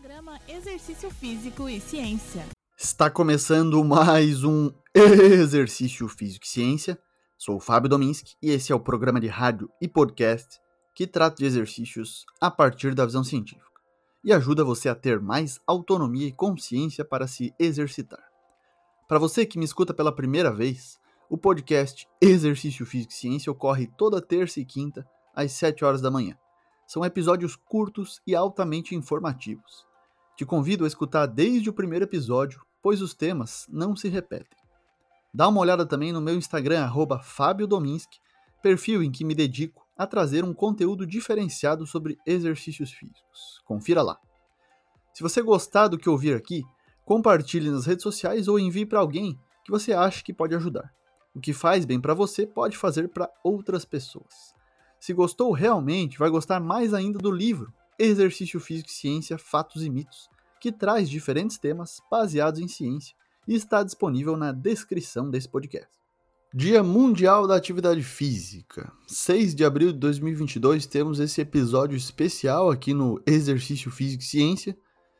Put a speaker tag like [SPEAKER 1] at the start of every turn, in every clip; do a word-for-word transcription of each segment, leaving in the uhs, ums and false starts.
[SPEAKER 1] Programa Exercício Físico e Ciência.
[SPEAKER 2] Está começando mais um Exercício Físico e Ciência. Sou o Fábio Dominski e esse é o programa de rádio e podcast que trata de exercícios a partir da visão científica e ajuda você a ter mais autonomia e consciência para se exercitar. Para você que me escuta pela primeira vez, o podcast Exercício Físico e Ciência ocorre toda terça e quinta às sete horas da manhã. São episódios curtos e altamente informativos. Te convido a escutar desde o primeiro episódio, pois os temas não se repetem. Dá uma olhada também no meu Instagram, arroba Fábio Dominski, perfil em que me dedico a trazer um conteúdo diferenciado sobre exercícios físicos. Confira lá. Se você gostar do que ouvir aqui, compartilhe nas redes sociais ou envie para alguém que você acha que pode ajudar. O que faz bem para você pode fazer para outras pessoas. Se gostou realmente, vai gostar mais ainda do livro Exercício Físico e Ciência, Fatos e Mitos, que traz diferentes temas baseados em ciência e está disponível na descrição desse podcast. Dia Mundial da Atividade Física. seis de abril de dois mil e vinte e dois, temos esse episódio especial aqui no Exercício Físico e Ciência,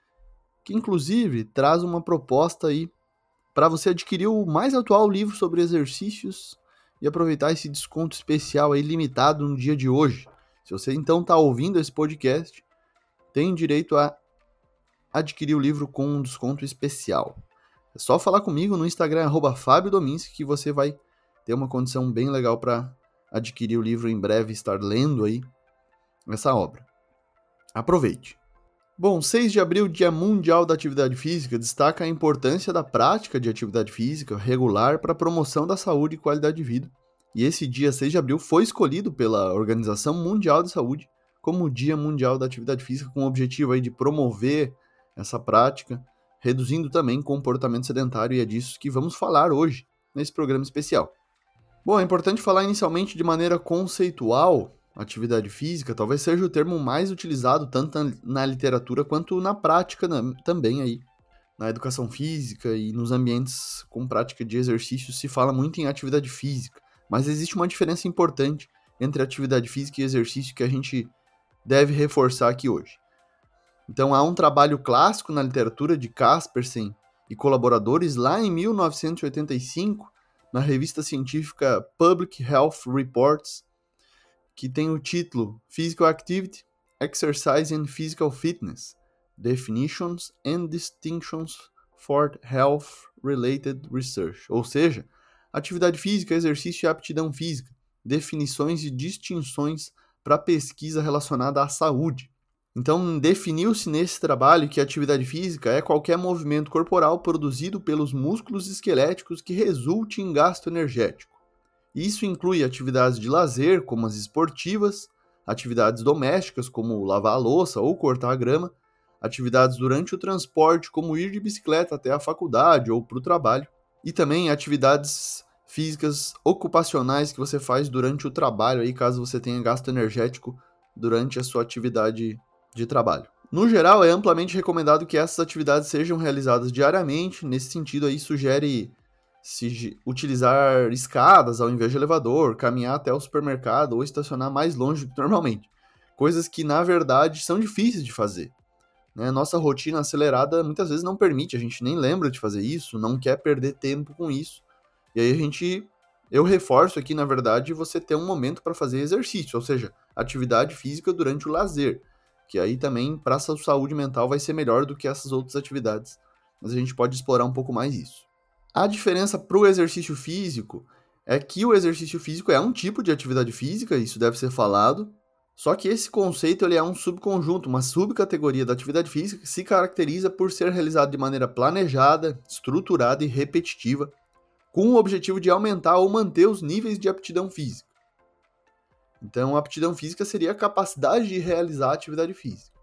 [SPEAKER 2] que inclusive traz uma proposta aí para você adquirir o mais atual livro sobre exercícios e aproveitar esse desconto especial aí limitado no dia de hoje. Se você então está ouvindo esse podcast, tem direito a adquirir o livro com um desconto especial. É só falar comigo no Instagram, arroba Fábio Dominski, que você vai ter uma condição bem legal para adquirir o livro em breve, estar lendo aí essa obra. Aproveite! Bom, seis de abril, Dia Mundial da Atividade Física, destaca a importância da prática de atividade física regular para a promoção da saúde e qualidade de vida. E esse dia, seis de abril, foi escolhido pela Organização Mundial de Saúde como o Dia Mundial da Atividade Física, com o objetivo aí de promover essa prática, reduzindo também comportamento sedentário, e é disso que vamos falar hoje, nesse programa especial. Bom, é importante falar inicialmente de maneira conceitual. Atividade física talvez seja o termo mais utilizado tanto na literatura quanto na prática também aí. Na educação física e nos ambientes com prática de exercício se fala muito em atividade física, mas existe uma diferença importante entre atividade física e exercício que a gente deve reforçar aqui hoje. Então há um trabalho clássico na literatura de Kaspersen e colaboradores lá em mil novecentos e oitenta e cinco, na revista científica Public Health Reports, que tem o título Physical Activity, Exercise and Physical Fitness, Definitions and Distinctions for Health-Related Research, ou seja, atividade física, exercício e aptidão física, definições e distinções para pesquisa relacionada à saúde. Então, definiu-se nesse trabalho que a atividade física é qualquer movimento corporal produzido pelos músculos esqueléticos que resulte em gasto energético. Isso inclui atividades de lazer, como as esportivas, atividades domésticas, como lavar a louça ou cortar a grama, atividades durante o transporte, como ir de bicicleta até a faculdade ou para o trabalho, e também atividades físicas ocupacionais que você faz durante o trabalho, aí, caso você tenha gasto energético durante a sua atividade de trabalho. No geral, é amplamente recomendado que essas atividades sejam realizadas diariamente. Nesse sentido, aí sugere se utilizar escadas ao invés de elevador, caminhar até o supermercado ou estacionar mais longe do que normalmente. Coisas que, na verdade, são difíceis de fazer. Né? Nossa rotina acelerada muitas vezes não permite, a gente nem lembra de fazer isso, não quer perder tempo com isso. E aí a gente, eu reforço aqui, na verdade, você ter um momento para fazer exercício, ou seja, atividade física durante o lazer, que aí também, para a sua saúde mental, vai ser melhor do que essas outras atividades. Mas a gente pode explorar um pouco mais isso. A diferença para o exercício físico é que o exercício físico é um tipo de atividade física, isso deve ser falado, só que esse conceito ele é um subconjunto, uma subcategoria da atividade física que se caracteriza por ser realizado de maneira planejada, estruturada e repetitiva, com o objetivo de aumentar ou manter os níveis de aptidão física. Então, a aptidão física seria a capacidade de realizar a atividade física.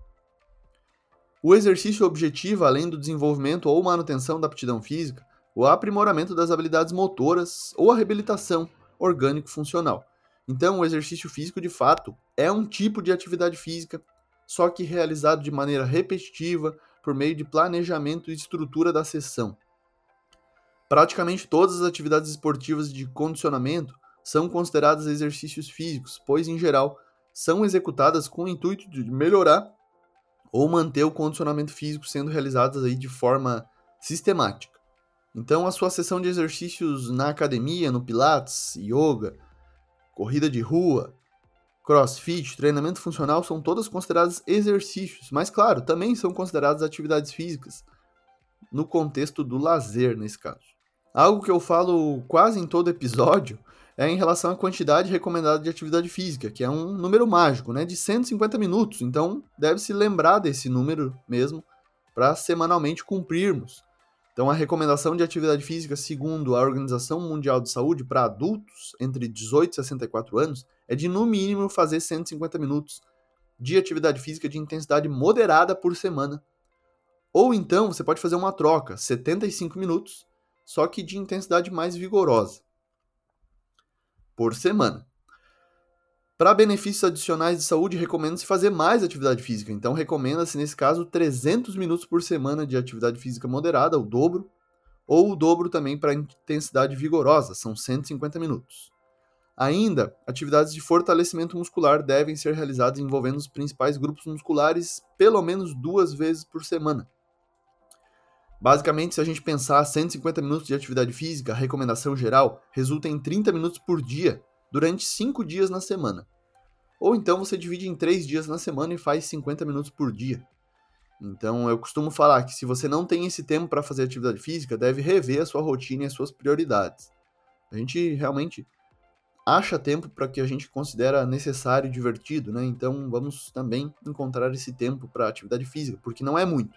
[SPEAKER 2] O exercício objetiva, além do desenvolvimento ou manutenção da aptidão física, o aprimoramento das habilidades motoras ou a reabilitação orgânico-funcional. Então, o exercício físico, de fato, é um tipo de atividade física, só que realizado de maneira repetitiva, por meio de planejamento e estrutura da sessão. Praticamente todas as atividades esportivas de condicionamento são consideradas exercícios físicos, pois, em geral, são executadas com o intuito de melhorar ou manter o condicionamento físico sendo realizadas aí de forma sistemática. Então, a sua sessão de exercícios na academia, no Pilates, yoga, corrida de rua, crossfit, treinamento funcional, são todas consideradas exercícios, mas, claro, também são consideradas atividades físicas, no contexto do lazer, nesse caso. Algo que eu falo quase em todo episódio é em relação à quantidade recomendada de atividade física, que é um número mágico, né, de cento e cinquenta minutos. Então, deve-se lembrar desse número mesmo para semanalmente cumprirmos. Então, a recomendação de atividade física, segundo a Organização Mundial de Saúde, para adultos entre dezoito e sessenta e quatro anos, é de, no mínimo, fazer cento e cinquenta minutos de atividade física de intensidade moderada por semana. Ou então, você pode fazer uma troca, setenta e cinco minutos, só que de intensidade mais vigorosa, por semana. Para benefícios adicionais de saúde, recomenda-se fazer mais atividade física. Então, recomenda-se, nesse caso, trezentos minutos por semana de atividade física moderada, o dobro, ou o dobro também para intensidade vigorosa, são cento e cinquenta minutos. Ainda, atividades de fortalecimento muscular devem ser realizadas envolvendo os principais grupos musculares pelo menos duas vezes por semana. Basicamente, se a gente pensar cento e cinquenta minutos de atividade física, a recomendação geral resulta em trinta minutos por dia, durante cinco dias na semana. Ou então você divide em três dias na semana e faz cinquenta minutos por dia. Então eu costumo falar que se você não tem esse tempo para fazer atividade física, deve rever a sua rotina e as suas prioridades. A gente realmente acha tempo para que a gente considera necessário e divertido, né? Então vamos também encontrar esse tempo para atividade física, porque não é muito.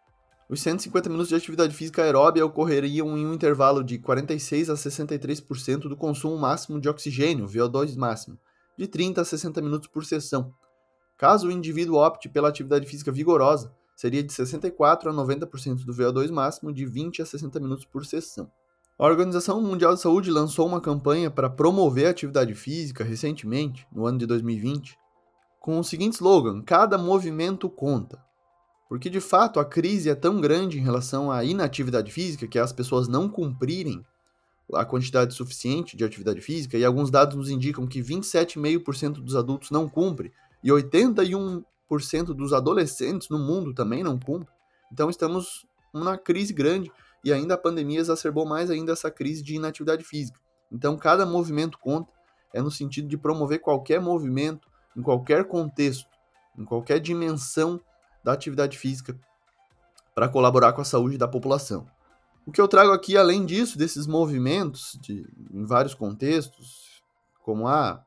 [SPEAKER 2] Os cento e cinquenta minutos de atividade física aeróbia ocorreriam em um intervalo de quarenta e seis a sessenta e três por cento do consumo máximo de oxigênio, V O dois máximo, de trinta a sessenta minutos por sessão. Caso o indivíduo opte pela atividade física vigorosa, seria de sessenta e quatro a noventa por cento do V O dois máximo, de vinte a sessenta minutos por sessão. A Organização Mundial de Saúde lançou uma campanha para promover a atividade física recentemente, no ano de dois mil e vinte, com o seguinte slogan: cada movimento conta. Porque, de fato, a crise é tão grande em relação à inatividade física, que é as pessoas não cumprirem a quantidade suficiente de atividade física, e alguns dados nos indicam que vinte e sete vírgula cinco por cento dos adultos não cumprem, e oitenta e um por cento dos adolescentes no mundo também não cumprem. Então, estamos numa crise grande, e ainda a pandemia exacerbou mais ainda essa crise de inatividade física. Então, cada movimento conta, é no sentido de promover qualquer movimento, em qualquer contexto, em qualquer dimensão da atividade física para colaborar com a saúde da população. O que eu trago aqui, além disso, desses movimentos de, em vários contextos, como ah,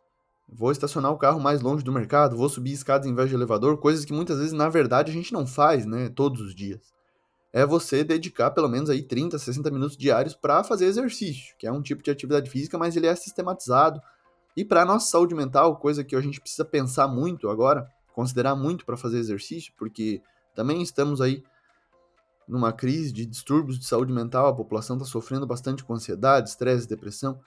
[SPEAKER 2] vou estacionar o carro mais longe do mercado, vou subir escadas em vez de elevador, coisas que muitas vezes, na verdade, a gente não faz, né, todos os dias. É você dedicar pelo menos aí trinta, sessenta minutos diários para fazer exercício, que é um tipo de atividade física, mas ele é sistematizado. E para a nossa saúde mental, coisa que a gente precisa pensar muito agora, considerar muito para fazer exercício, porque também estamos aí numa crise de distúrbios de saúde mental, a população está sofrendo bastante com ansiedade, estresse, depressão,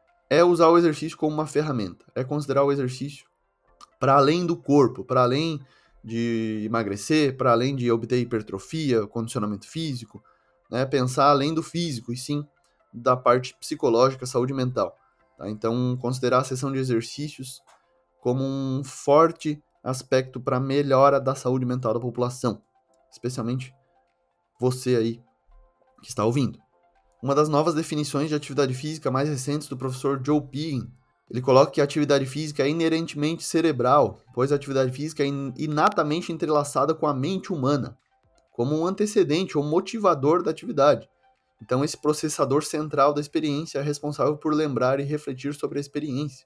[SPEAKER 2] é usar o exercício como uma ferramenta, é considerar o exercício para além do corpo, para além de emagrecer, para além de obter hipertrofia, condicionamento físico, né? Pensar além do físico e sim da parte psicológica, saúde mental. Tá? Então, considerar a sessão de exercícios como um forte aspecto para melhora da saúde mental da população, especialmente você aí que está ouvindo. Uma das novas definições de atividade física mais recentes do professor Joe Pigin, ele coloca que a atividade física é inerentemente cerebral, pois a atividade física é inatamente entrelaçada com a mente humana, como um antecedente ou motivador da atividade. Então, esse processador central da experiência é responsável por lembrar e refletir sobre a experiência.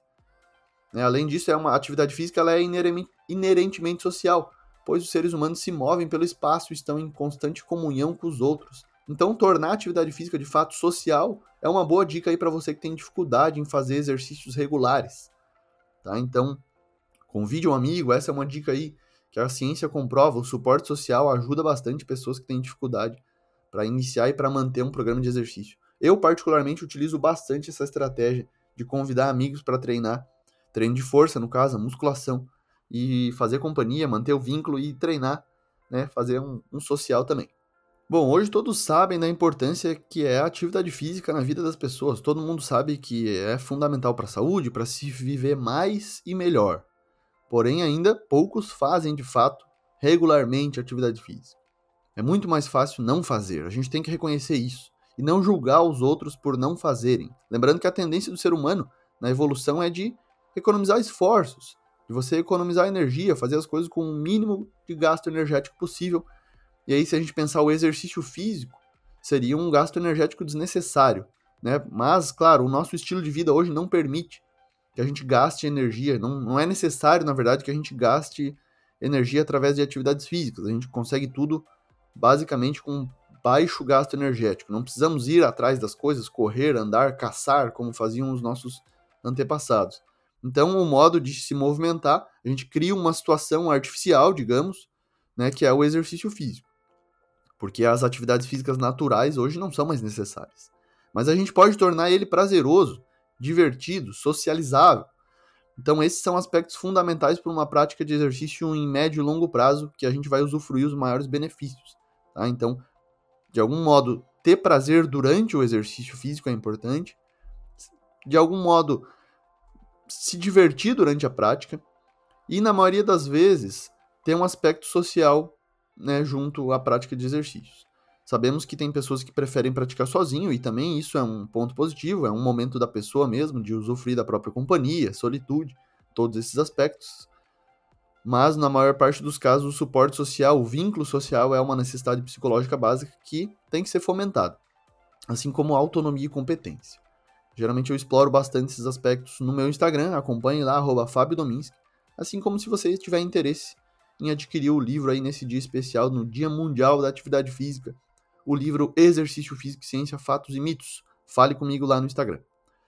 [SPEAKER 2] Além disso, é uma atividade física ela é inerentemente social, pois os seres humanos se movem pelo espaço e estão em constante comunhão com os outros. Então, tornar a atividade física de fato social é uma boa dica aí para você que tem dificuldade em fazer exercícios regulares. Tá? Então, convide um amigo, essa é uma dica aí que a ciência comprova, o suporte social ajuda bastante pessoas que têm dificuldade para iniciar e para manter um programa de exercício. Eu, particularmente, utilizo bastante essa estratégia de convidar amigos para treinar, treino de força, no caso, musculação, e fazer companhia, manter o vínculo e treinar, né, fazer um, um social também. Bom, hoje todos sabem da importância que é a atividade física na vida das pessoas. Todo mundo sabe que é fundamental para a saúde, para se viver mais e melhor. Porém, ainda poucos fazem, de fato, regularmente atividade física. É muito mais fácil não fazer, a gente tem que reconhecer isso e não julgar os outros por não fazerem. Lembrando que a tendência do ser humano na evolução é de economizar esforços, de você economizar energia, fazer as coisas com o mínimo de gasto energético possível. E aí, se a gente pensar o exercício físico, seria um gasto energético desnecessário, né? Mas, claro, o nosso estilo de vida hoje não permite que a gente gaste energia, não, não é necessário, na verdade, que a gente gaste energia através de atividades físicas. A gente consegue tudo, basicamente, com baixo gasto energético. Não precisamos ir atrás das coisas, correr, andar, caçar, como faziam os nossos antepassados. Então, o modo de se movimentar, a gente cria uma situação artificial, digamos, né, que é o exercício físico. Porque as atividades físicas naturais hoje não são mais necessárias. Mas a gente pode tornar ele prazeroso, divertido, socializável. Então, esses são aspectos fundamentais para uma prática de exercício em médio e longo prazo, que a gente vai usufruir os maiores benefícios. Tá? Então, de algum modo, ter prazer durante o exercício físico é importante. De algum modo, se divertir durante a prática. E, na maioria das vezes, ter um aspecto social, né, junto à prática de exercícios. Sabemos que tem pessoas que preferem praticar sozinho, e também isso é um ponto positivo, é um momento da pessoa mesmo, de usufruir da própria companhia, solitude, todos esses aspectos. Mas, na maior parte dos casos, o suporte social, o vínculo social é uma necessidade psicológica básica que tem que ser fomentada, assim como autonomia e competência. Geralmente eu exploro bastante esses aspectos no meu Instagram, acompanhe lá, arroba Fábio Dominski, assim como se você tiver interesse em adquirir o livro aí nesse dia especial, no Dia Mundial da Atividade Física, o livro Exercício Físico e Ciência, Fatos e Mitos. Fale comigo lá no Instagram.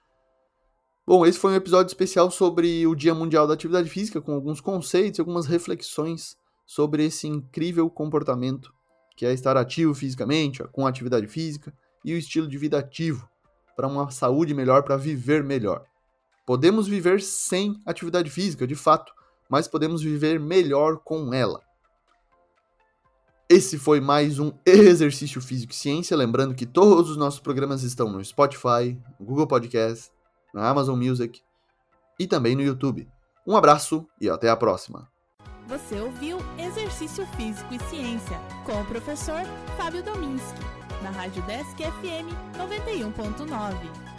[SPEAKER 2] Bom, esse foi um episódio especial sobre o Dia Mundial da Atividade Física, com alguns conceitos e algumas reflexões sobre esse incrível comportamento que é estar ativo fisicamente, com atividade física, e o estilo de vida ativo, para uma saúde melhor, para viver melhor. Podemos viver sem atividade física, de fato, mas podemos viver melhor com ela. Esse foi mais um Exercício Físico e Ciência. Lembrando que todos os nossos programas estão no Spotify, no Google Podcast, na Amazon Music e também no YouTube. Um abraço e até a próxima.
[SPEAKER 1] Você ouviu Exercício Físico e Ciência com o professor Fábio Dominski, na Rádio Desk F M noventa e um ponto nove.